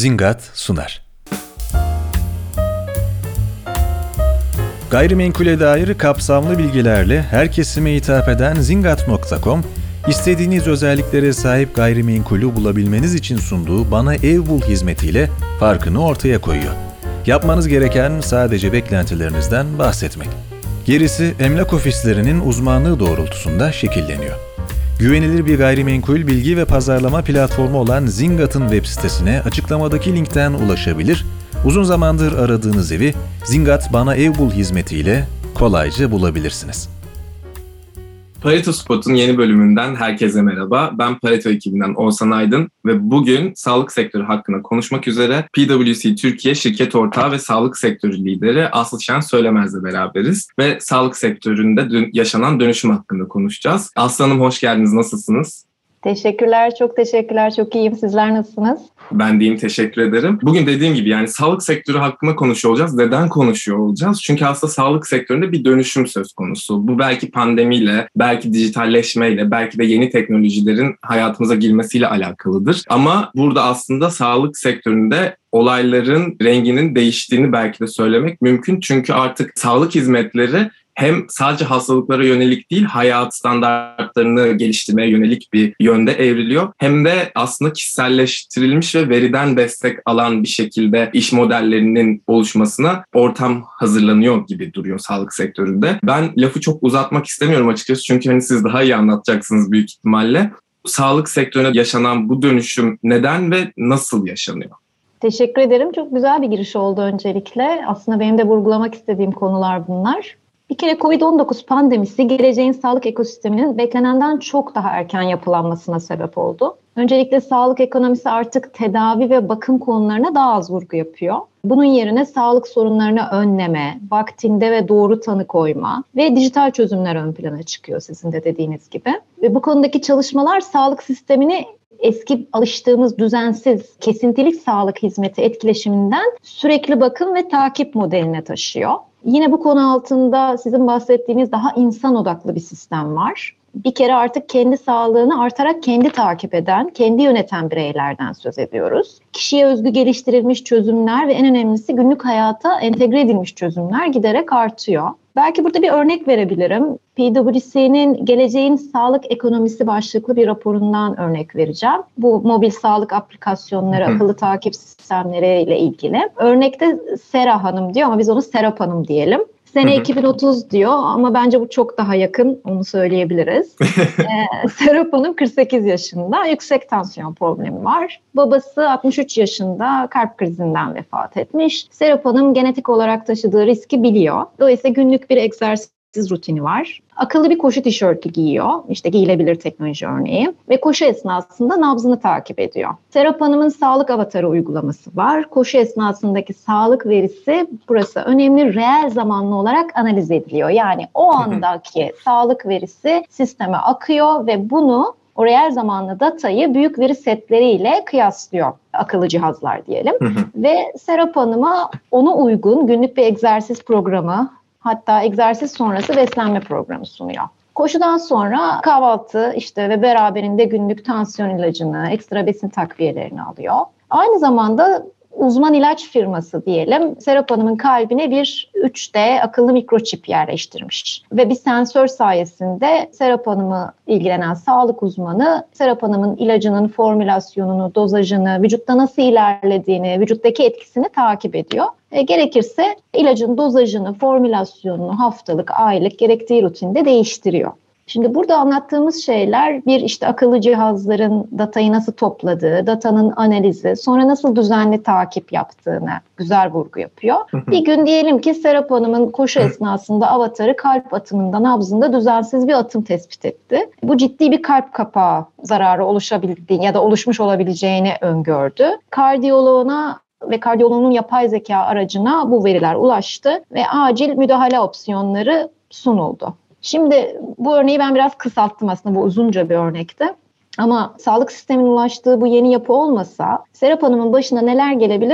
Zingat sunar. Gayrimenkule dair kapsamlı bilgilerle her kesime hitap eden zingat.com, istediğiniz özelliklere sahip gayrimenkulü bulabilmeniz için sunduğu Bana Ev Bul hizmetiyle farkını ortaya koyuyor. Yapmanız gereken sadece beklentilerinizden bahsetmek. Gerisi emlak ofislerinin uzmanlığı doğrultusunda şekilleniyor. Güvenilir bir gayrimenkul bilgi ve pazarlama platformu olan Zingat'ın web sitesine açıklamadaki linkten ulaşabilir, uzun zamandır aradığınız evi Zingat Bana Ev Bul hizmetiyle kolayca bulabilirsiniz. Pareto Spot'un yeni bölümünden herkese merhaba. Ben Pareto ekibinden Oğuzhan Aydın ve bugün sağlık sektörü hakkında konuşmak üzere PwC Türkiye şirket ortağı ve sağlık sektörü lideri Aslı Şen Söylemez'le beraberiz. Ve sağlık sektöründe yaşanan dönüşüm hakkında konuşacağız. Aslı Hanım hoş geldiniz, nasılsınız? Teşekkürler, çok teşekkürler. Çok iyiyim. Sizler nasılsınız? Ben deyim, teşekkür ederim. Bugün dediğim gibi yani sağlık sektörü hakkında konuşuyor olacağız. Neden konuşuyor olacağız? Çünkü aslında sağlık sektöründe bir dönüşüm söz konusu. Bu belki pandemiyle, belki dijitalleşmeyle, belki de yeni teknolojilerin hayatımıza girmesiyle alakalıdır. Ama burada aslında sağlık sektöründe olayların renginin değiştiğini belki de söylemek mümkün. Çünkü artık sağlık hizmetleri hem sadece hastalıklara yönelik değil, hayat standartlarını geliştirmeye yönelik bir yönde evriliyor. Hem de aslında kişiselleştirilmiş ve veriden destek alan bir şekilde iş modellerinin oluşmasına ortam hazırlanıyor gibi duruyor sağlık sektöründe. Ben lafı çok uzatmak istemiyorum açıkçası çünkü hani siz daha iyi anlatacaksınız büyük ihtimalle. Sağlık sektörüne yaşanan bu dönüşüm neden ve nasıl yaşanıyor? Teşekkür ederim. Çok güzel bir giriş oldu öncelikle. Aslında benim de vurgulamak istediğim konular bunlar. Bir kere COVID-19 pandemisi geleceğin sağlık ekosisteminin beklenenden çok daha erken yapılanmasına sebep oldu. Öncelikle sağlık ekonomisi artık tedavi ve bakım konularına daha az vurgu yapıyor. Bunun yerine sağlık sorunlarını önleme, vaktinde ve doğru tanı koyma ve dijital çözümler ön plana çıkıyor sizin de dediğiniz gibi. Ve bu konudaki çalışmalar sağlık sistemini eski alıştığımız düzensiz, kesintili sağlık hizmeti etkileşiminden sürekli bakım ve takip modeline taşıyor. Yine bu konu altında sizin bahsettiğiniz daha insan odaklı bir sistem var. Bir kere artık kendi sağlığını artarak kendi takip eden, kendi yöneten bireylerden söz ediyoruz. Kişiye özgü geliştirilmiş çözümler ve en önemlisi günlük hayata entegre edilmiş çözümler giderek artıyor. Belki burada bir örnek verebilirim. PwC'nin Geleceğin Sağlık Ekonomisi başlıklı bir raporundan örnek vereceğim. Bu mobil sağlık aplikasyonları, akıllı takip sistemleriyle ilgili. Örnekte Sera Hanım diyor ama biz onu Serap Hanım diyelim. Sene 2030 diyor ama bence bu çok daha yakın, onu söyleyebiliriz. Serap Hanım 48 yaşında, yüksek tansiyon problemi var. Babası 63 yaşında kalp krizinden vefat etmiş. Serap Hanım genetik olarak taşıdığı riski biliyor. Dolayısıyla günlük bir egzersiz rutini var. Akıllı bir koşu tişörtü giyiyor. İşte giyilebilir teknoloji örneği. Ve koşu esnasında nabzını takip ediyor. Serap Hanım'ın sağlık avatarı uygulaması var. Koşu esnasındaki sağlık verisi burası önemli, reel zamanlı olarak analiz ediliyor. Yani o andaki sağlık verisi sisteme akıyor ve bunu o reel zamanlı datayı büyük veri setleriyle kıyaslıyor. Akıllı cihazlar diyelim. Ve Serap Hanım'a ona uygun günlük bir egzersiz programı, hatta egzersiz sonrası beslenme programı sunuyor. Koşudan sonra kahvaltı ve beraberinde günlük tansiyon ilacını, ekstra besin takviyelerini alıyor. Aynı zamanda uzman ilaç firması diyelim, Serap Hanım'ın kalbine bir 3D akıllı mikroçip yerleştirmiş. Ve bir sensör sayesinde Serap Hanım'ı ilgilenen sağlık uzmanı, Serap Hanım'ın ilacının formülasyonunu, dozajını, vücutta nasıl ilerlediğini, vücuttaki etkisini takip ediyor. Gerekirse ilacın dozajını, formülasyonunu haftalık, aylık gerektiği rutinde değiştiriyor. Şimdi burada anlattığımız şeyler bir akıllı cihazların datayı nasıl topladığı, datanın analizi, sonra nasıl düzenli takip yaptığını güzel vurgu yapıyor. Bir gün diyelim ki Serap Hanım'ın koşu esnasında avatarı kalp atımında, nabzında düzensiz bir atım tespit etti. Bu ciddi bir kalp kapağı zararı oluşabildiğini ya da oluşmuş olabileceğini öngördü. Kardiyoloğuna ve kardiyoloğunun yapay zeka aracına bu veriler ulaştı ve acil müdahale opsiyonları sunuldu. Şimdi bu örneği ben biraz kısalttım aslında, bu uzunca bir örnekti. Ama sağlık sisteminin ulaştığı bu yeni yapı olmasa Serap Hanım'ın başına neler gelebilir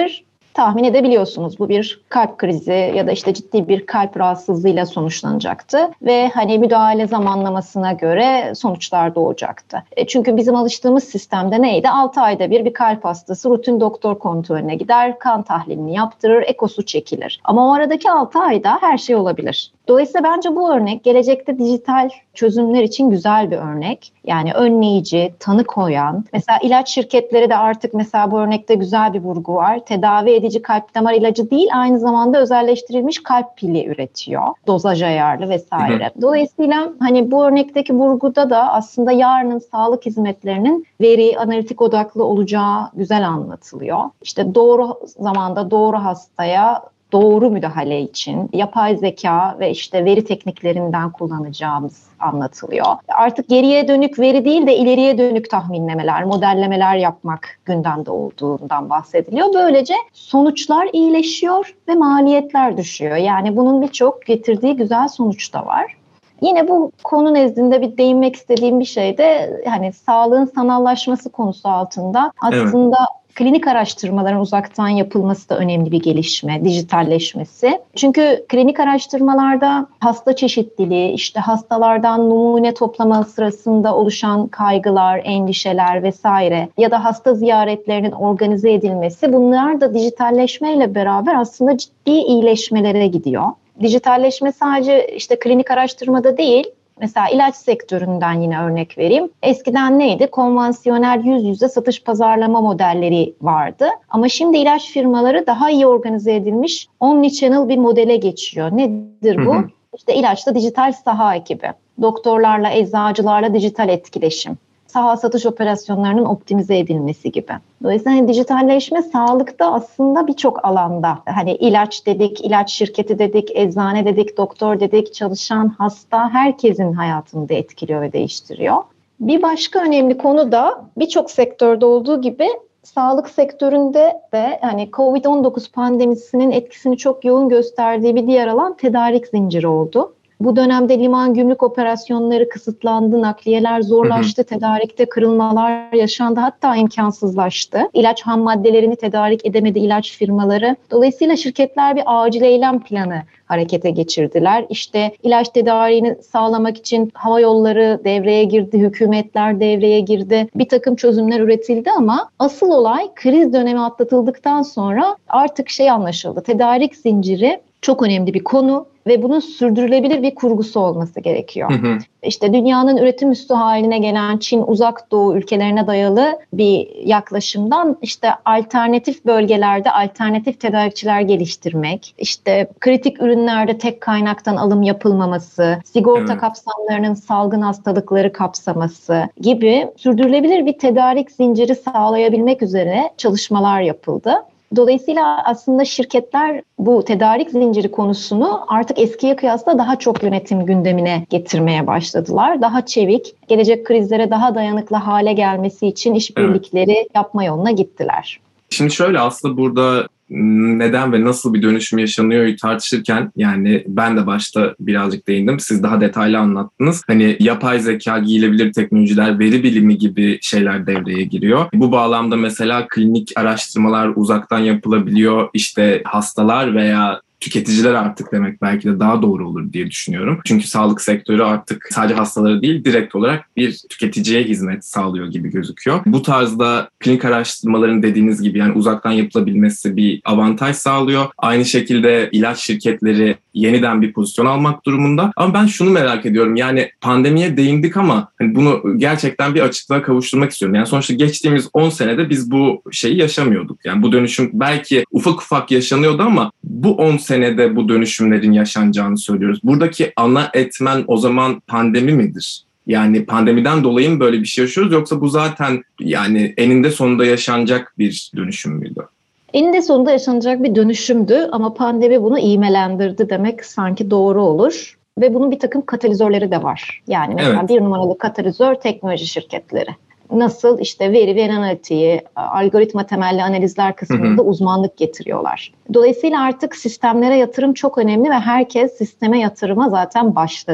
tahmin edebiliyorsunuz. Bu bir kalp krizi ya da işte ciddi bir kalp rahatsızlığıyla sonuçlanacaktı ve hani müdahale zamanlamasına göre sonuçlar doğacaktı. Çünkü bizim alıştığımız sistemde neydi? 6 ayda bir kalp hastası rutin doktor kontrolüne gider, kan tahlilini yaptırır, ekosu çekilir. Ama o aradaki 6 ayda her şey olabilir. Dolayısıyla bence bu örnek gelecekte dijital çözümler için güzel bir örnek. Yani önleyici, tanı koyan. Mesela ilaç şirketleri de artık mesela bu örnekte güzel bir vurgu var. Tedavi edici kalp damar ilacı değil, aynı zamanda özelleştirilmiş kalp pili üretiyor. Dozaj ayarlı vesaire. Dolayısıyla hani bu örnekteki vurguda da aslında yarının sağlık hizmetlerinin veri, analitik odaklı olacağı güzel anlatılıyor. İşte doğru zamanda doğru hastaya doğru müdahale için yapay zeka ve işte veri tekniklerinden kullanacağımız anlatılıyor. Artık geriye dönük veri değil de ileriye dönük tahminlemeler, modellemeler yapmak gündemde olduğundan bahsediliyor. Böylece sonuçlar iyileşiyor ve maliyetler düşüyor. Yani bunun birçok getirdiği güzel sonuç da var. Yine bu konu nezdinde bir değinmek istediğim bir şey de hani sağlığın sanallaşması konusu altında aslında klinik araştırmaların uzaktan yapılması da önemli bir gelişme, dijitalleşmesi. Çünkü klinik araştırmalarda hasta çeşitliliği, işte hastalardan numune toplama sırasında oluşan kaygılar, endişeler vesaire ya da hasta ziyaretlerinin organize edilmesi, bunlar da dijitalleşmeyle beraber aslında ciddi iyileşmelere gidiyor. Dijitalleşme sadece işte klinik araştırmada değil, mesela ilaç sektöründen yine örnek vereyim. Eskiden neydi? Konvansiyonel yüz yüze satış pazarlama modelleri vardı. Ama şimdi ilaç firmaları daha iyi organize edilmiş omnichannel bir modele geçiyor. Nedir bu? İşte ilaçta dijital saha ekibi, doktorlarla, eczacılarla dijital etkileşim, saha satış operasyonlarının optimize edilmesi gibi. Dolayısıyla hani dijitalleşme sağlıkta aslında birçok alanda. Hani ilaç dedik, ilaç şirketi dedik, eczane dedik, doktor dedik, çalışan hasta herkesin hayatını da etkiliyor ve değiştiriyor. Bir başka önemli konu da birçok sektörde olduğu gibi sağlık sektöründe de hani Covid-19 pandemisinin etkisini çok yoğun gösterdiği bir diğer alan tedarik zinciri oldu. Bu dönemde liman gümrük operasyonları kısıtlandı, nakliyeler zorlaştı, tedarikte kırılmalar yaşandı, hatta imkansızlaştı. İlaç ham maddelerini tedarik edemedi ilaç firmaları. Dolayısıyla şirketler bir acil eylem planı harekete geçirdiler. İşte ilaç tedariğini sağlamak için hava yolları devreye girdi, hükümetler devreye girdi. Bir takım çözümler üretildi ama asıl olay kriz dönemi atlatıldıktan sonra artık anlaşıldı. Tedarik zinciri çok önemli bir konu ve bunun sürdürülebilir bir kurgusu olması gerekiyor. İşte dünyanın üretim üssü haline gelen Çin, Uzak Doğu ülkelerine dayalı bir yaklaşımdan işte alternatif bölgelerde alternatif tedarikçiler geliştirmek, işte kritik ürünlerde tek kaynaktan alım yapılmaması, sigorta kapsamlarının salgın hastalıkları kapsaması gibi sürdürülebilir bir tedarik zinciri sağlayabilmek üzere çalışmalar yapıldı. Dolayısıyla aslında şirketler bu tedarik zinciri konusunu artık eskiye kıyasla daha çok yönetim gündemine getirmeye başladılar. Daha çevik, gelecek krizlere daha dayanıklı hale gelmesi için işbirlikleri yapma yoluna gittiler. Şimdi şöyle, aslında burada neden ve nasıl bir dönüşüm yaşanıyor tartışırken, yani ben de başta birazcık değindim. Siz daha detaylı anlattınız. Hani yapay zeka, giyilebilir teknolojiler, veri bilimi gibi şeyler devreye giriyor. Bu bağlamda mesela klinik araştırmalar uzaktan yapılabiliyor. İşte hastalar veya tüketiciler artık demek belki de daha doğru olur diye düşünüyorum. Çünkü sağlık sektörü artık sadece hastaları değil, direkt olarak bir tüketiciye hizmet sağlıyor gibi gözüküyor. Bu tarzda klinik araştırmaların dediğiniz gibi yani uzaktan yapılabilmesi bir avantaj sağlıyor. Aynı şekilde ilaç şirketleri yeniden bir pozisyon almak durumunda. Ama ben şunu merak ediyorum, yani pandemiye değindik ama hani bunu gerçekten bir açıklığa kavuşturmak istiyorum. Yani sonuçta geçtiğimiz 10 senede biz bu şeyi yaşamıyorduk. Yani bu dönüşüm belki ufak ufak yaşanıyordu ama bu 10 senede bu dönüşümlerin yaşanacağını söylüyoruz. Buradaki ana etmen o zaman pandemi midir? Yani pandemiden dolayı mı böyle bir şey yaşıyoruz, yoksa bu zaten yani eninde sonunda yaşanacak bir dönüşüm müydü? Eninde sonunda yaşanacak bir dönüşümdü ama pandemi bunu ivmelendirdi demek sanki doğru olur. Ve bunun bir takım katalizörleri de var. Yani mesela bir numaralı katalizör teknoloji şirketleri. Nasıl? İşte veri analitiği, algoritma temelli analizler kısmında uzmanlık getiriyorlar. Dolayısıyla artık sistemlere yatırım çok önemli ve herkes sisteme yatırıma zaten başladı.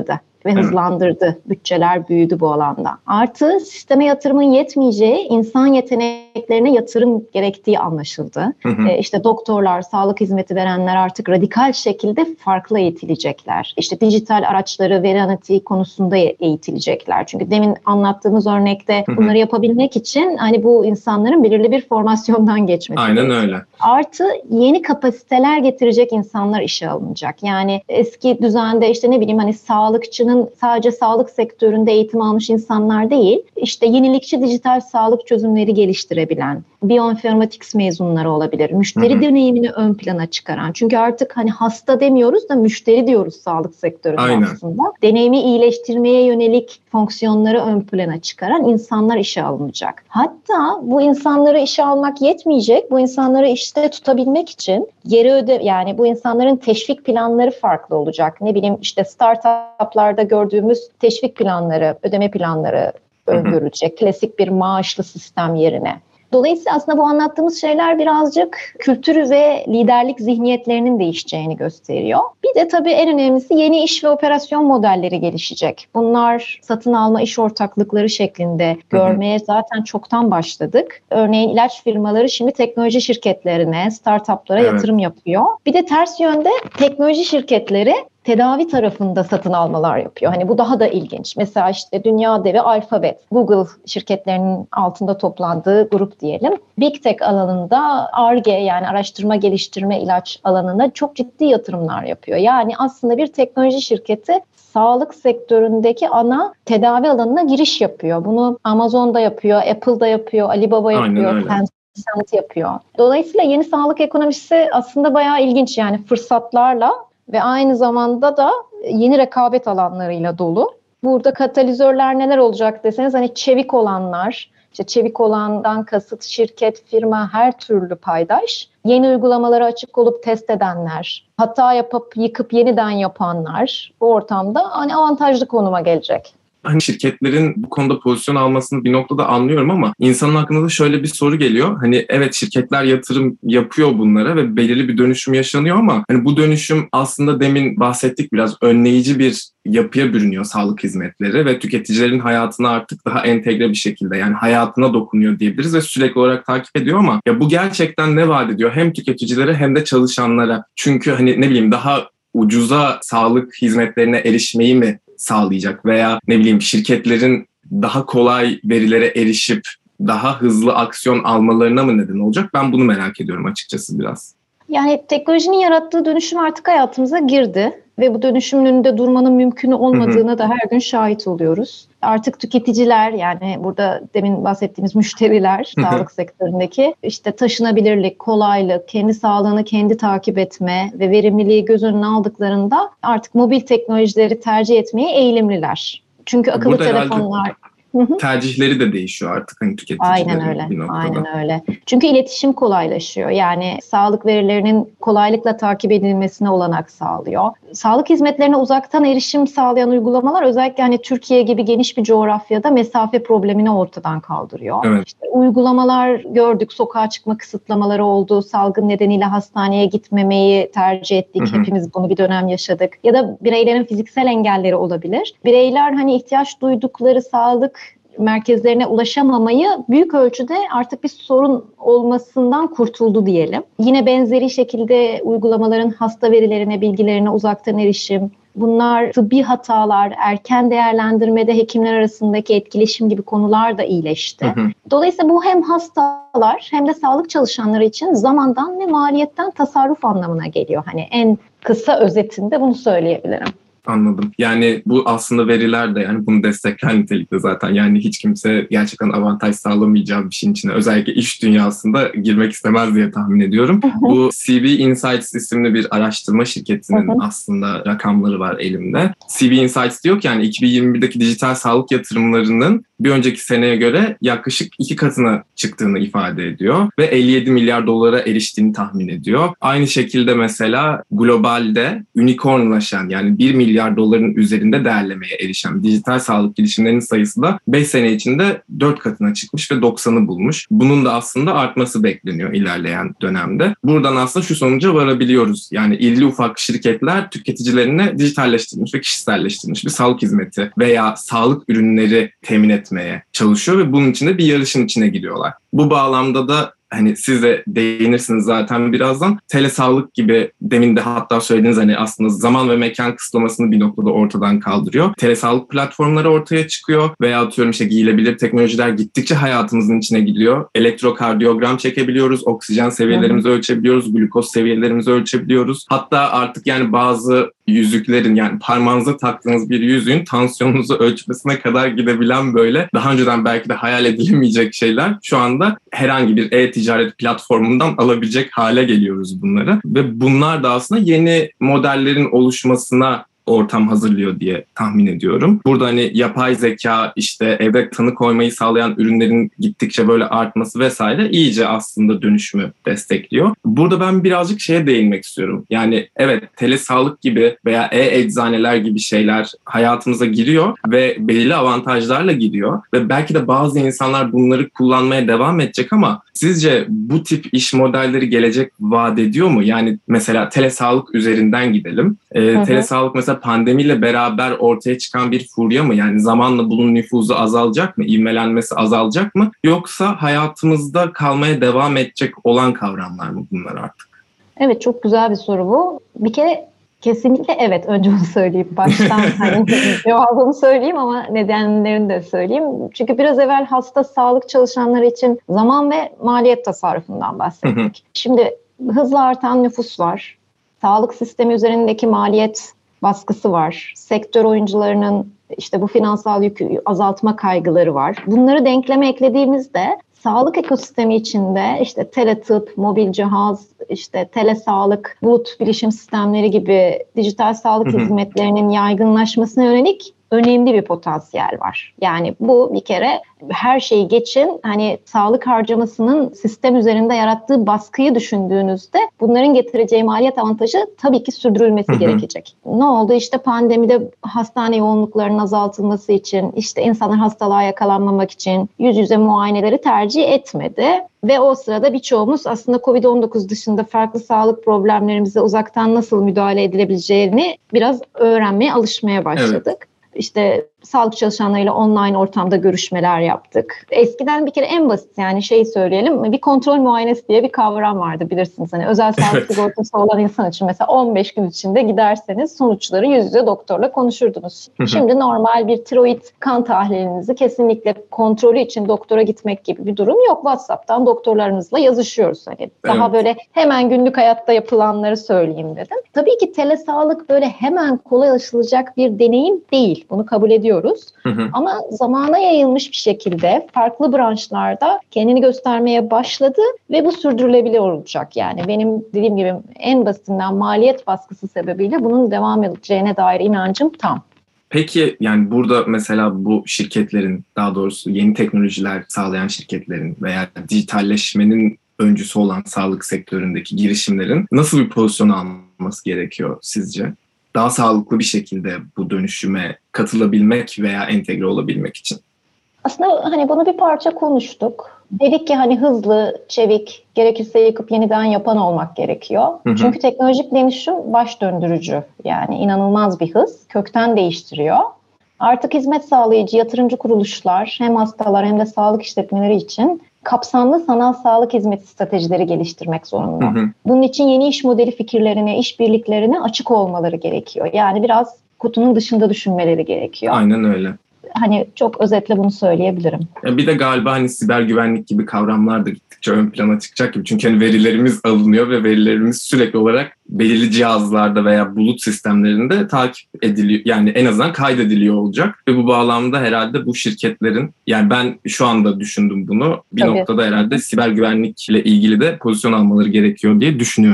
ve hızlandırdı. Bütçeler büyüdü bu alanda. Artı sisteme yatırımın yetmeyeceği, insan yeteneklerine yatırım gerektiği anlaşıldı. İşte doktorlar, sağlık hizmeti verenler artık radikal şekilde farklı eğitilecekler. İşte dijital araçları, veri analitiği konusunda eğitilecekler. Çünkü demin anlattığımız örnekte bunları yapabilmek için hani bu insanların belirli bir formasyondan geçmesi. Aynen öyle. Artı yeni kapasiteler getirecek insanlar işe alınacak. Yani eski düzende işte ne bileyim hani sağlıkçının sadece sağlık sektöründe eğitim almış insanlar değil, işte yenilikçi dijital sağlık çözümleri geliştirebilen, bioinformatics mezunları olabilir. Müşteri deneyimini ön plana çıkaran. Çünkü artık hani hasta demiyoruz da müşteri diyoruz sağlık sektöründe aslında. Deneyimi iyileştirmeye yönelik fonksiyonları ön plana çıkaran insanlar işe alınacak. Hatta bu insanları işe almak yetmeyecek. Bu insanları işte tutabilmek için yani bu insanların teşvik planları farklı olacak. Ne bileyim işte startuplarda gördüğümüz teşvik planları, ödeme planları öngörülecek. Klasik bir maaşlı sistem yerine. Dolayısıyla aslında bu anlattığımız şeyler birazcık kültürü ve liderlik zihniyetlerinin değişeceğini gösteriyor. Bir de tabii en önemlisi yeni iş ve operasyon modelleri gelişecek. Bunlar satın alma iş ortaklıkları şeklinde görmeye zaten çoktan başladık. Örneğin ilaç firmaları şimdi teknoloji şirketlerine, startuplara yatırım yapıyor. Bir de ters yönde teknoloji şirketleri tedavi tarafında satın almalar yapıyor. Hani bu daha da ilginç. Mesela işte dünya devi Alphabet, Google şirketlerinin altında toplandığı grup diyelim. Big Tech alanında Ar-Ge yani araştırma geliştirme ilaç alanında çok ciddi yatırımlar yapıyor. Yani aslında bir teknoloji şirketi sağlık sektöründeki ana tedavi alanına giriş yapıyor. Bunu Amazon'da yapıyor, Apple'da yapıyor, Alibaba yapıyor, Tencent yapıyor. Dolayısıyla yeni sağlık ekonomisi aslında bayağı ilginç yani fırsatlarla ve aynı zamanda da yeni rekabet alanlarıyla dolu. Burada katalizörler neler olacak deseniz hani çevik olanlar, işte çevik olandan kasıt şirket, firma her türlü paydaş. Yeni uygulamalara açık olup test edenler, hata yapıp yıkıp yeniden yapanlar bu ortamda hani avantajlı konuma gelecek. Hani şirketlerin bu konuda pozisyon almasını bir noktada anlıyorum ama insanın aklına da şöyle bir soru geliyor. Hani evet şirketler yatırım yapıyor bunlara ve belirli bir dönüşüm yaşanıyor ama hani bu dönüşüm aslında demin bahsettik biraz önleyici bir yapıya bürünüyor sağlık hizmetleri ve tüketicilerin hayatına artık daha entegre bir şekilde yani hayatına dokunuyor diyebiliriz ve sürekli olarak takip ediyor ama ya bu gerçekten ne vaat ediyor hem tüketicilere hem de çalışanlara? Çünkü hani ne bileyim daha ucuza sağlık hizmetlerine erişmeyi mi sağlayacak veya ne bileyim şirketlerin daha kolay verilere erişip daha hızlı aksiyon almalarına mı neden olacak? Ben bunu merak ediyorum açıkçası biraz. Yani teknolojinin yarattığı dönüşüm artık hayatımıza girdi ve bu dönüşümün önünde durmanın mümkün olmadığına da her gün şahit oluyoruz. Artık tüketiciler yani burada demin bahsettiğimiz müşteriler sağlık sektöründeki işte taşınabilirlik, kolaylık, kendi sağlığını kendi takip etme ve verimliliği göz önüne aldıklarında artık mobil teknolojileri tercih etmeye eğilimliler. Çünkü akıllı burada telefonlar... tercihleri de değişiyor artık hani tüketicilerin bir noktada. Aynen öyle. Çünkü iletişim kolaylaşıyor. Yani sağlık verilerinin kolaylıkla takip edilmesine olanak sağlıyor. Sağlık hizmetlerine uzaktan erişim sağlayan uygulamalar özellikle hani Türkiye gibi geniş bir coğrafyada mesafe problemini ortadan kaldırıyor. Evet. İşte uygulamalar gördük, sokağa çıkma kısıtlamaları oldu, salgın nedeniyle hastaneye gitmemeyi tercih ettik. Hepimiz bunu bir dönem yaşadık. Ya da bireylerin fiziksel engelleri olabilir. Bireyler hani ihtiyaç duydukları sağlık merkezlerine ulaşamamayı büyük ölçüde artık bir sorun olmasından kurtuldu diyelim. Yine benzeri şekilde uygulamaların hasta verilerine, bilgilerine uzaktan erişim, bunlar tıbbi hatalar, erken değerlendirmede hekimler arasındaki etkileşim gibi konular da iyileşti. Dolayısıyla bu hem hastalar hem de sağlık çalışanları için zamandan ve maliyetten tasarruf anlamına geliyor. Hani en kısa özetinde bunu söyleyebilirim. Anladım. Yani bu aslında veriler de yani bunu destekler nitelikte zaten. Yani hiç kimse gerçekten avantaj sağlamayacağı bir şeyin içine özellikle iş dünyasında girmek istemez diye tahmin ediyorum. Bu CV Insights isimli bir araştırma şirketinin aslında rakamları var elimde. CV Insights diyor ki yani 2021'deki dijital sağlık yatırımlarının bir önceki seneye göre yaklaşık 2 katına çıktığını ifade ediyor ve 57 milyar dolara eriştiğini tahmin ediyor. Aynı şekilde mesela globalde unicornlaşan, yani 1 milyar doların üzerinde değerlemeye erişen dijital sağlık girişimlerinin sayısı da 5 sene içinde 4 katına çıkmış ve 90'ı bulmuş. Bunun da aslında artması bekleniyor ilerleyen dönemde. Buradan aslında şu sonuca varabiliyoruz. Yani irili ufak şirketler tüketicilerine dijitalleştirilmiş ve kişiselleştirilmiş bir sağlık hizmeti veya sağlık ürünleri temin etmeye çalışıyor ve bunun için de bir yarışın içine giriyorlar. Bu bağlamda da hani siz de değinirsiniz zaten birazdan. Telesağlık gibi, demin de hatta söylediğiniz hani aslında zaman ve mekan kısıtlamasını bir noktada ortadan kaldırıyor. Telesağlık platformları ortaya çıkıyor veya atıyorum işte giyilebilir teknolojiler gittikçe hayatımızın içine gidiyor. Elektrokardiyogram çekebiliyoruz, oksijen seviyelerimizi ölçebiliyoruz, glukoz seviyelerimizi ölçebiliyoruz. Hatta artık yani bazı yüzüklerin, yani parmağınıza taktığınız bir yüzüğün tansiyonunuzu ölçmesine kadar gidebilen, böyle daha önceden belki de hayal edilemeyecek şeyler şu anda herhangi bir e-ticaret platformundan alabilecek hale geliyoruz bunları. Ve bunlar da aslında yeni modellerin oluşmasına ortam hazırlıyor diye tahmin ediyorum. Burada hani yapay zeka, işte evde tanı koymayı sağlayan ürünlerin gittikçe böyle artması vesaire iyice aslında dönüşümü destekliyor. Burada ben birazcık şeye değinmek istiyorum. Yani evet, telesağlık gibi veya e-eczaneler gibi şeyler hayatımıza giriyor ve belirli avantajlarla giriyor ve belki de bazı insanlar bunları kullanmaya devam edecek ama sizce bu tip iş modelleri gelecek vaat ediyor mu? Yani mesela telesağlık üzerinden gidelim. Telesağlık mesela pandemiyle beraber ortaya çıkan bir furya mı? Yani zamanla bunun nüfuzu azalacak mı? İvmelenmesi azalacak mı? Yoksa hayatımızda kalmaya devam edecek olan kavramlar mı bunlar artık? Evet, çok güzel bir soru bu. Bir kere kesinlikle evet, önce onu söyleyeyim. Baştan hani cevabımı söyleyeyim ama nedenlerini de söyleyeyim. Çünkü biraz evvel hasta sağlık çalışanları için zaman ve maliyet tasarrufundan bahsettik. Şimdi hızla artan nüfus var. Sağlık sistemi üzerindeki maliyet baskısı var. Sektör oyuncularının işte bu finansal yükü azaltma kaygıları var. Bunları denkleme eklediğimizde sağlık ekosistemi içinde işte teletıp, mobil cihaz, işte telesağlık, bulut bilişim sistemleri gibi dijital sağlık hizmetlerinin yaygınlaşmasına yönelik önemli bir potansiyel var. Yani bu bir kere her şeyi geçin, hani sağlık harcamasının sistem üzerinde yarattığı baskıyı düşündüğünüzde bunların getireceği maliyet avantajı tabii ki sürdürülmesi gerekecek. Ne oldu? İşte pandemide hastane yoğunluklarının azaltılması için, işte insanlar hastalığa yakalanmamak için yüz yüze muayeneleri tercih etmedi. Ve o sırada birçoğumuz aslında COVID-19 dışında farklı sağlık problemlerimize uzaktan nasıl müdahale edilebileceğini biraz öğrenmeye, alışmaya başladık. Evet. İşte sağlık çalışanlarıyla online ortamda görüşmeler yaptık. Eskiden bir kere en basit, yani söyleyelim, bir kontrol muayenesi diye bir kavram vardı, bilirsiniz. Hani özel sağlık sigortası olan insan için mesela 15 gün içinde giderseniz sonuçları yüz yüze doktorla konuşurdunuz. Şimdi normal bir tiroid kan tahlilinizi kesinlikle kontrolü için doktora gitmek gibi bir durum yok. WhatsApp'tan doktorlarımızla yazışıyoruz. Hani daha böyle hemen günlük hayatta yapılanları söyleyeyim dedim. Tabii ki telesağlık böyle hemen kolay ulaşılacak bir deneyim değil. Bunu kabul ediyoruz. Ama zamana yayılmış bir şekilde farklı branşlarda kendini göstermeye başladı ve bu sürdürülebilir olacak. Yani benim dediğim gibi en basitinden maliyet baskısı sebebiyle bunun devam edeceğine dair inancım tam. Peki yani burada mesela bu şirketlerin, daha doğrusu yeni teknolojiler sağlayan şirketlerin veya dijitalleşmenin öncüsü olan sağlık sektöründeki girişimlerin nasıl bir pozisyon alması gerekiyor sizce? Daha sağlıklı bir şekilde bu dönüşüme katılabilmek veya entegre olabilmek için? Aslında hani bunu bir parça konuştuk. Dedik ki hani hızlı, çevik, gerekirse yıkıp yeniden yapan olmak gerekiyor. Çünkü teknolojik dönüşüm baş döndürücü. Yani inanılmaz bir hız, kökten değiştiriyor. Artık hizmet sağlayıcı yatırımcı kuruluşlar hem hastalar hem de sağlık işletmeleri için kapsamlı sanal sağlık hizmeti stratejileri geliştirmek zorunda. Bunun için yeni iş modeli fikirlerine, işbirliklerine açık olmaları gerekiyor. Yani biraz kutunun dışında düşünmeleri gerekiyor. Aynen öyle. Hani çok özetle bunu söyleyebilirim. Bir de galiba hani siber güvenlik gibi kavramlar da gittikçe ön plana çıkacak gibi. Çünkü hani verilerimiz alınıyor ve verilerimiz sürekli olarak belirli cihazlarda veya bulut sistemlerinde takip ediliyor. Yani en azından kaydediliyor olacak. Ve bu bağlamda herhalde bu şirketlerin, yani ben şu anda düşündüm bunu, bir noktada herhalde siber güvenlikle ilgili de pozisyon almaları gerekiyor diye düşünüyorum.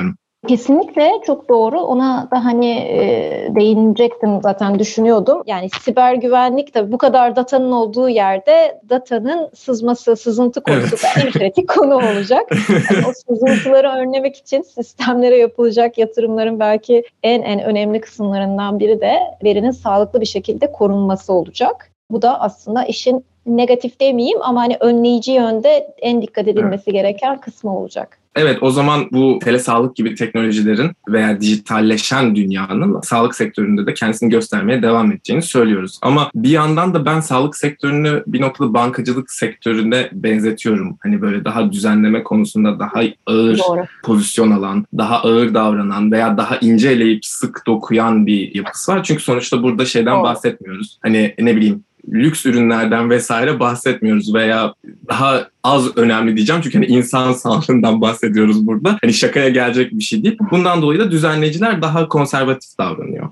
Kesinlikle çok doğru. Ona da değinecektim zaten düşünüyordum. Yani siber güvenlik de bu kadar datanın olduğu yerde datanın sızması, sızıntı konusu da en kritik konu olacak. Yani o sızıntıları önlemek için sistemlere yapılacak yatırımların belki en önemli kısımlarından biri de verinin sağlıklı bir şekilde korunması olacak. Bu da aslında işin negatif demeyeyim ama önleyici yönde en dikkat edilmesi gereken kısmı olacak. Evet, o zaman bu telesağlık gibi teknolojilerin veya dijitalleşen dünyanın sağlık sektöründe de kendisini göstermeye devam edeceğini söylüyoruz. Ama bir yandan da ben sağlık sektörünü bir noktada bankacılık sektörüne benzetiyorum. Hani böyle daha düzenleme konusunda daha ağır pozisyon alan, daha ağır davranan veya daha ince eleyip sık dokuyan bir yapısı var. Çünkü sonuçta burada şeyden bahsetmiyoruz. Hani ne bileyim, lüks ürünlerden vesaire bahsetmiyoruz veya daha az önemli diyeceğim çünkü insan sağlığından bahsediyoruz burada. Şakaya gelecek bir şey değil. Bundan dolayı da düzenleyiciler daha konservatif davranıyor.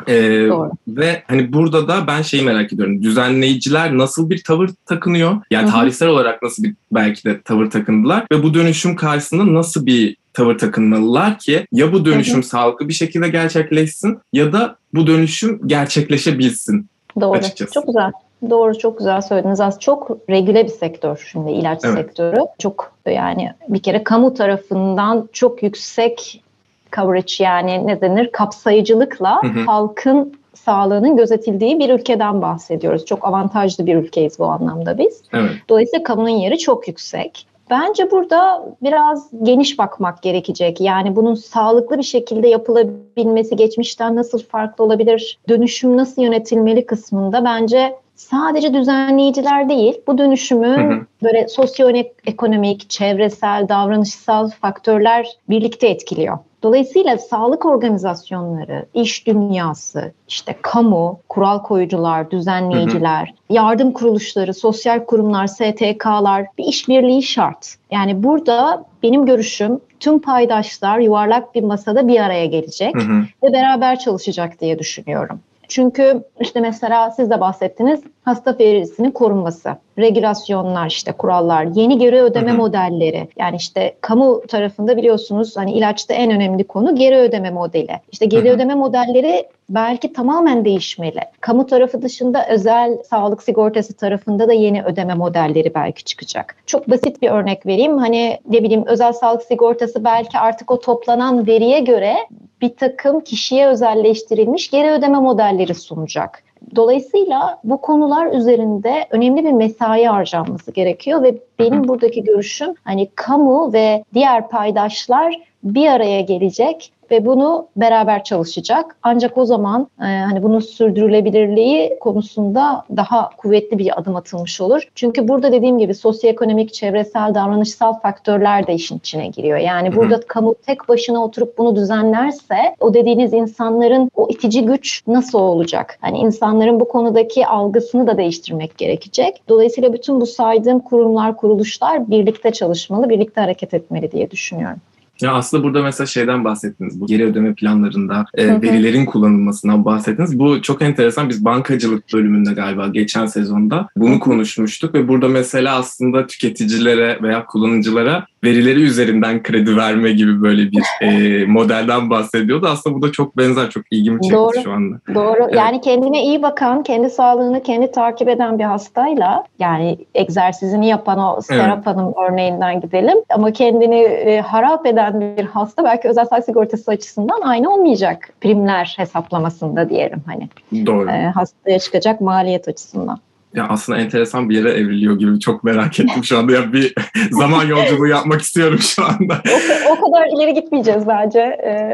Ve burada da ben şeyi merak ediyorum. Düzenleyiciler nasıl bir tavır takınıyor? Yani tarihsel olarak nasıl bir belki de tavır takındılar ve bu dönüşüm karşısında nasıl bir tavır takınmalılar ki ya bu dönüşüm sağlıklı bir şekilde gerçekleşsin ya da bu dönüşüm gerçekleşebilsin. Doğru. Açıkçası. Çok güzel. Doğru, çok güzel söylediniz. Aslında çok regüle bir sektör şimdi ilaç sektörü. Çok bir kere kamu tarafından çok yüksek coverage yani ne denir kapsayıcılıkla halkın sağlığının gözetildiği bir ülkeden bahsediyoruz. Çok avantajlı bir ülkeyiz bu anlamda biz. Evet. Dolayısıyla kamunun yeri çok yüksek. Bence burada biraz geniş bakmak gerekecek. Yani bunun sağlıklı bir şekilde yapılabilmesi geçmişten nasıl farklı olabilir, dönüşüm nasıl yönetilmeli kısmında bence sadece düzenleyiciler değil, bu dönüşümü böyle sosyoekonomik, çevresel, davranışsal faktörler birlikte etkiliyor. Dolayısıyla sağlık organizasyonları, iş dünyası, kamu, kural koyucular, düzenleyiciler, yardım kuruluşları, sosyal kurumlar, STK'lar bir işbirliği şart. Yani burada benim görüşüm tüm paydaşlar yuvarlak bir masada bir araya gelecek ve beraber çalışacak diye düşünüyorum. Çünkü mesela siz de bahsettiniz hasta verisinin korunması, regülasyonlar kurallar, yeni geri ödeme modelleri. Yani kamu tarafında biliyorsunuz ilaçta en önemli konu geri ödeme modeli. Geri ödeme modelleri belki tamamen değişmeli. Kamu tarafı dışında özel sağlık sigortası tarafında da yeni ödeme modelleri belki çıkacak. Çok basit bir örnek vereyim. Özel sağlık sigortası belki artık o toplanan veriye göre bir takım kişiye özelleştirilmiş geri ödeme modelleri sunacak. Dolayısıyla bu konular üzerinde önemli bir mesai harcanması gerekiyor ve benim buradaki görüşüm kamu ve diğer paydaşlar bir araya gelecek ve bunu beraber çalışacak. Ancak o zaman bunun sürdürülebilirliği konusunda daha kuvvetli bir adım atılmış olur. Çünkü burada dediğim gibi sosyoekonomik, çevresel, davranışsal faktörler de işin içine giriyor. Yani burada kamu tek başına oturup bunu düzenlerse o dediğiniz insanların o itici güç nasıl olacak? İnsanların bu konudaki algısını da değiştirmek gerekecek. Dolayısıyla bütün bu saydığım kurumlar, kuruluşlar birlikte çalışmalı, birlikte hareket etmeli diye düşünüyorum. Ya aslında burada mesela şeyden bahsettiniz. Bu geri ödeme planlarında verilerin kullanılmasından bahsettiniz. Bu çok enteresan. Biz bankacılık bölümünde galiba geçen sezonda bunu konuşmuştuk ve burada mesela aslında tüketicilere veya kullanıcılara verileri üzerinden kredi verme gibi böyle bir modelden bahsediyordu. Aslında bu da çok benzer, çok ilgimi çekti şu anda. Doğru. Evet. Yani kendine iyi bakan, kendi sağlığını kendi takip eden bir hastayla egzersizini yapan o Serap Hanım örneğinden gidelim. Ama kendini harap eden bir hasta belki özel sağlık sigortası açısından aynı olmayacak primler hesaplamasında diyelim Doğru. Hastaya çıkacak maliyet açısından. Ya aslında enteresan bir yere evriliyor gibi, çok merak ettim şu anda. Ya bir zaman yolculuğu yapmak istiyorum şu anda. O kadar ileri gitmeyeceğiz bence.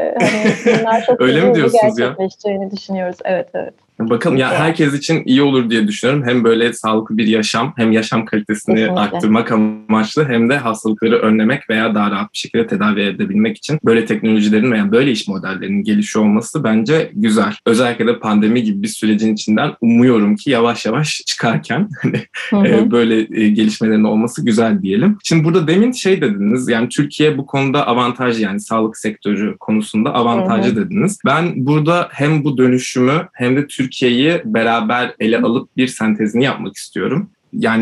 Bunlar çok öyle mi diyorsunuz ya? Gerçekleşeceğini düşünüyoruz. Evet. Bakalım ya, herkes için iyi olur diye düşünüyorum. Hem böyle sağlıklı bir yaşam, hem yaşam kalitesini arttırmak amaçlı, hem de hastalıkları önlemek veya daha rahat bir şekilde tedavi edebilmek için böyle teknolojilerin veya böyle iş modellerinin gelişiyor olması bence güzel. Özellikle de pandemi gibi bir sürecin içinden umuyorum ki yavaş yavaş çıkarken böyle gelişmelerin olması güzel diyelim. Şimdi burada demin dediniz, yani Türkiye bu konuda avantajlı, yani sağlık sektörü konusunda avantajlı dediniz. Ben burada hem bu dönüşümü hem de Türkiye'yi beraber ele alıp bir sentezini yapmak istiyorum. Yani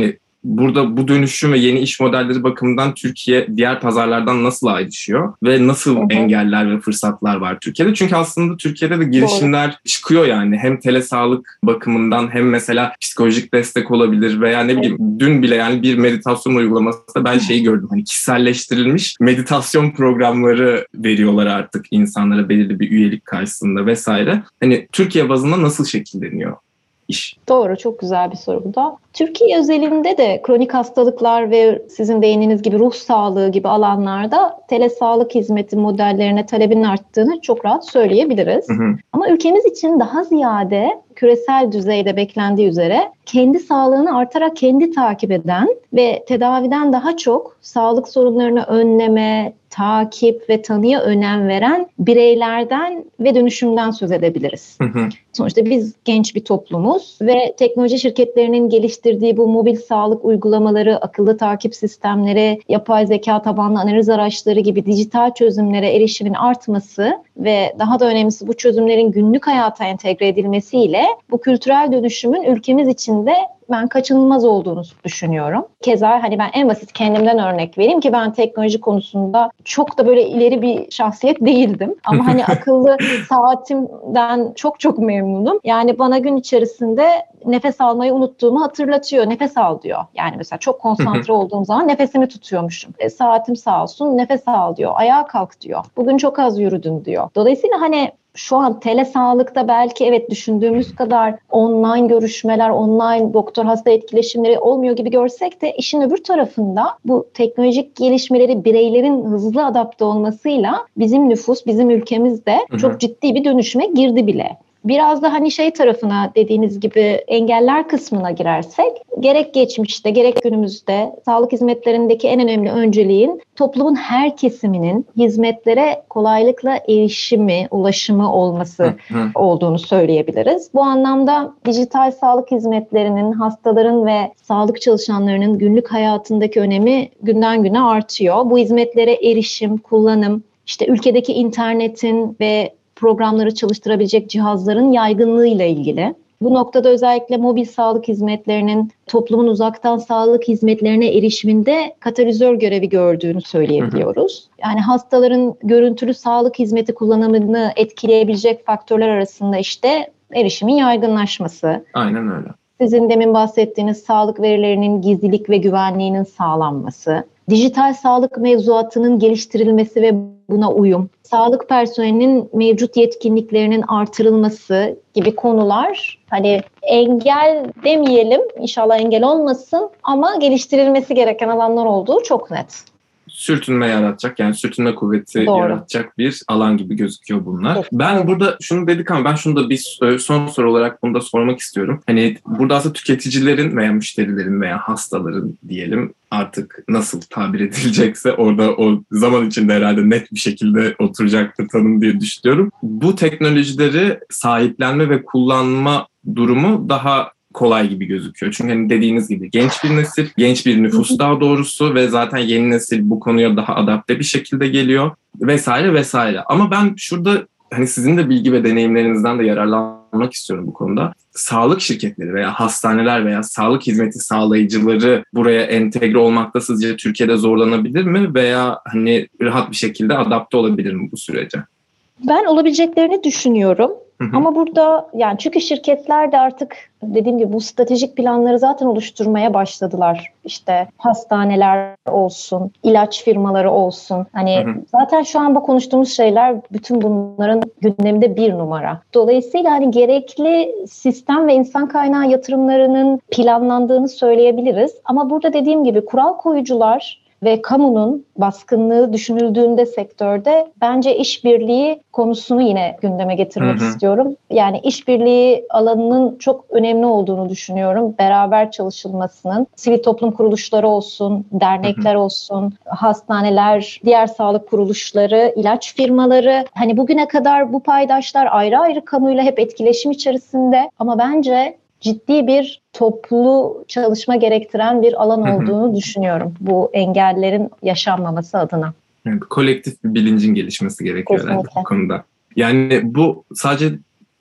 burada bu dönüşüm ve yeni iş modelleri bakımından Türkiye diğer pazarlardan nasıl ayrışıyor ve nasıl engeller ve fırsatlar var Türkiye'de? Çünkü aslında Türkiye'de de girişimler çıkıyor yani. Hem telesağlık bakımından hem mesela psikolojik destek olabilir veya ne bileyim dün bile yani bir meditasyon uygulamasında ben şeyi gördüm. Hani kişiselleştirilmiş meditasyon programları veriyorlar artık insanlara belirli bir üyelik karşısında vesaire. Hani Türkiye bazında nasıl şekilleniyor iş? Doğru, çok güzel bir soru bu da. Türkiye özelinde de kronik hastalıklar ve sizin değindiğiniz gibi ruh sağlığı gibi alanlarda telesağlık hizmeti modellerine talebin arttığını çok rahat söyleyebiliriz. Ama ülkemiz için daha ziyade küresel düzeyde beklendiği üzere kendi sağlığını artarak kendi takip eden ve tedaviden daha çok sağlık sorunlarını önleme, takip ve tanıya önem veren bireylerden ve dönüşümden söz edebiliriz. Sonuçta biz genç bir toplumuz ve teknoloji şirketlerinin geliştirdiği bu mobil sağlık uygulamaları, akıllı takip sistemleri, yapay zeka tabanlı analiz araçları gibi dijital çözümlere erişimin artması ve daha da önemlisi bu çözümlerin günlük hayata entegre edilmesiyle bu kültürel dönüşümün ülkemiz içinde ben kaçınılmaz olduğunu düşünüyorum. Keza hani ben en basit kendimden örnek vereyim ki ben teknoloji konusunda çok da böyle ileri bir şahsiyet değildim. Ama hani akıllı saatimden çok memnunum. Yani bana gün içerisinde nefes almayı unuttuğumu hatırlatıyor. Nefes al diyor. Yani mesela çok konsantre olduğum zaman nefesimi tutuyormuşum. Saatim sağ olsun nefes al diyor. Ayağa kalk diyor. Bugün çok az yürüdün diyor. Dolayısıyla hani şu an telesağlıkta belki evet düşündüğümüz kadar online görüşmeler, online doktor hasta etkileşimleri olmuyor gibi görsek de işin öbür tarafında bu teknolojik gelişmeleri bireylerin hızlı adapte olmasıyla bizim nüfus, bizim ülkemizde çok ciddi bir dönüşüme girdi bile. Biraz da hani şey tarafına dediğiniz gibi engeller kısmına girersek gerek geçmişte gerek günümüzde sağlık hizmetlerindeki en önemli önceliğin toplumun her kesiminin hizmetlere kolaylıkla erişimi, ulaşımı olması olduğunu söyleyebiliriz. Bu anlamda dijital sağlık hizmetlerinin hastaların ve sağlık çalışanlarının günlük hayatındaki önemi günden güne artıyor. Bu hizmetlere erişim, kullanım, işte ülkedeki internetin ve programları çalıştırabilecek cihazların yaygınlığıyla ilgili. Bu noktada özellikle mobil sağlık hizmetlerinin toplumun uzaktan sağlık hizmetlerine erişiminde katalizör görevi gördüğünü söyleyebiliyoruz. Yani hastaların görüntülü sağlık hizmeti kullanımını etkileyebilecek faktörler arasında işte erişimin yaygınlaşması. Aynen öyle. Sizin demin bahsettiğiniz sağlık verilerinin gizlilik ve güvenliğinin sağlanması, dijital sağlık mevzuatının geliştirilmesi ve buna uyum, sağlık personelinin mevcut yetkinliklerinin artırılması gibi konular hani engel demeyelim, inşallah engel olmasın ama geliştirilmesi gereken alanlar olduğu çok net. Sürtünme yaratacak yani sürtünme kuvveti yaratacak bir alan gibi gözüküyor bunlar. Evet. Ben burada şunu dedik ama ben şunu da bir son soru olarak bunu da sormak istiyorum. Hani burada aslında tüketicilerin veya müşterilerin veya hastaların diyelim artık nasıl tabir edilecekse orada o zaman içinde herhalde net bir şekilde oturacaktır tanım diye düşünüyorum. Bu teknolojileri sahiplenme ve kullanma durumu daha kolay gibi gözüküyor. Çünkü hani dediğiniz gibi genç bir nesil, genç bir nüfus daha doğrusu ve zaten yeni nesil bu konuya daha adapte bir şekilde geliyor vesaire vesaire. Ama ben şurada hani sizin de bilgi ve deneyimlerinizden de yararlanmak istiyorum bu konuda. Sağlık şirketleri veya hastaneler veya sağlık hizmeti sağlayıcıları buraya entegre olmakta sizce Türkiye'de zorlanabilir mi veya hani rahat bir şekilde adapte olabilir mi bu sürece? Ben olabileceklerini düşünüyorum. Ama burada yani çünkü şirketler de artık dediğim gibi bu stratejik planları zaten oluşturmaya başladılar. İşte hastaneler olsun, ilaç firmaları olsun. Hani zaten şu an bu konuştuğumuz şeyler bütün bunların gündeminde bir numara. Dolayısıyla hani gerekli sistem ve insan kaynağı yatırımlarının planlandığını söyleyebiliriz. Ama burada dediğim gibi kural koyucular ve kamunun baskınlığı düşünüldüğünde sektörde bence işbirliği konusunu yine gündeme getirmek istiyorum. Yani işbirliği alanının çok önemli olduğunu düşünüyorum. Beraber çalışılmasının, sivil toplum kuruluşları olsun, dernekler olsun, hastaneler, diğer sağlık kuruluşları, ilaç firmaları. Hani bugüne kadar bu paydaşlar ayrı ayrı kamuyla hep etkileşim içerisinde ama bence ciddi bir toplu çalışma gerektiren bir alan olduğunu düşünüyorum. Bu engellerin yaşanmaması adına. Yani kolektif bir bilincin gelişmesi gerekiyor herhalde bu konuda. Yani bu sadece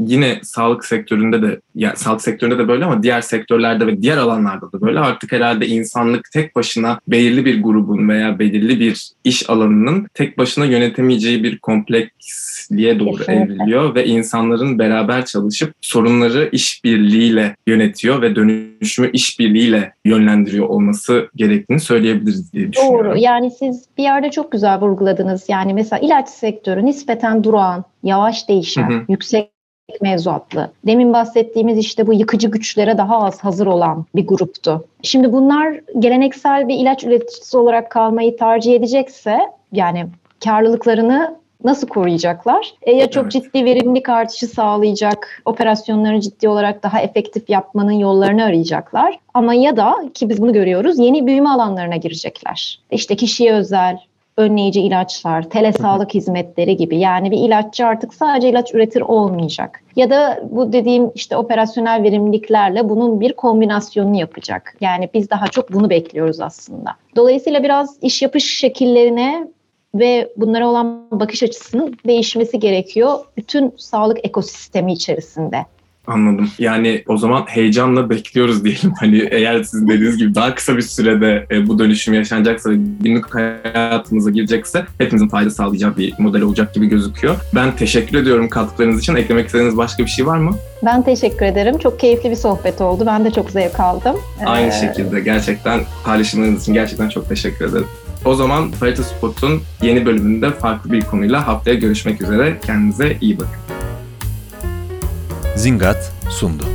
yine sağlık sektöründe de, yani sağlık sektöründe de böyle ama diğer sektörlerde ve diğer alanlarda da böyle. Artık herhalde insanlık tek başına belirli bir grubun veya belirli bir iş alanının tek başına yönetemeyeceği bir kompleksliğe doğru Kesinlikle. evriliyor ve insanların beraber çalışıp sorunları işbirliğiyle yönetiyor ve dönüşümü işbirliğiyle yönlendiriyor olması gerektiğini söyleyebiliriz diye düşünüyorum. Doğru. Yani siz bir yerde çok güzel vurguladınız. Yani mesela ilaç sektörü nispeten durağan, yavaş değişen, yüksek mevzuatlı. Demin bahsettiğimiz işte bu yıkıcı güçlere daha az hazır olan bir gruptu. Şimdi bunlar geleneksel bir ilaç üreticisi olarak kalmayı tercih edecekse, yani karlılıklarını nasıl koruyacaklar? Ya çok ciddi verimlilik artışı sağlayacak, operasyonları ciddi olarak daha efektif yapmanın yollarını arayacaklar. Ama ya da, ki biz bunu görüyoruz, yeni büyüme alanlarına girecekler. İşte kişiye özel, önleyici ilaçlar, telesağlık hizmetleri gibi. Yani bir ilaççı artık sadece ilaç üretir olmayacak. Ya da bu dediğim işte operasyonel verimliliklerle bunun bir kombinasyonunu yapacak. Yani biz daha çok bunu bekliyoruz aslında. Dolayısıyla biraz iş yapış şekillerine ve bunlara olan bakış açısının değişmesi gerekiyor bütün sağlık ekosistemi içerisinde. Anladım. Yani o zaman heyecanla bekliyoruz diyelim. Hani eğer sizin dediğiniz gibi daha kısa bir sürede bu dönüşüm yaşanacaksa ve günlük hayatımıza girecekse hepimizin fayda sağlayacağı bir model olacak gibi gözüküyor. Ben teşekkür ediyorum katkılarınız için. Eklemek istediğiniz başka bir şey var mı? Ben teşekkür ederim. Çok keyifli bir sohbet oldu. Ben de çok zevk aldım. Aynı şekilde gerçekten paylaşımlarınız için gerçekten çok teşekkür ederim. O zaman Parita Spot'un yeni bölümünde farklı bir konuyla haftaya görüşmek üzere. Kendinize iyi bakın. Zingat sundu.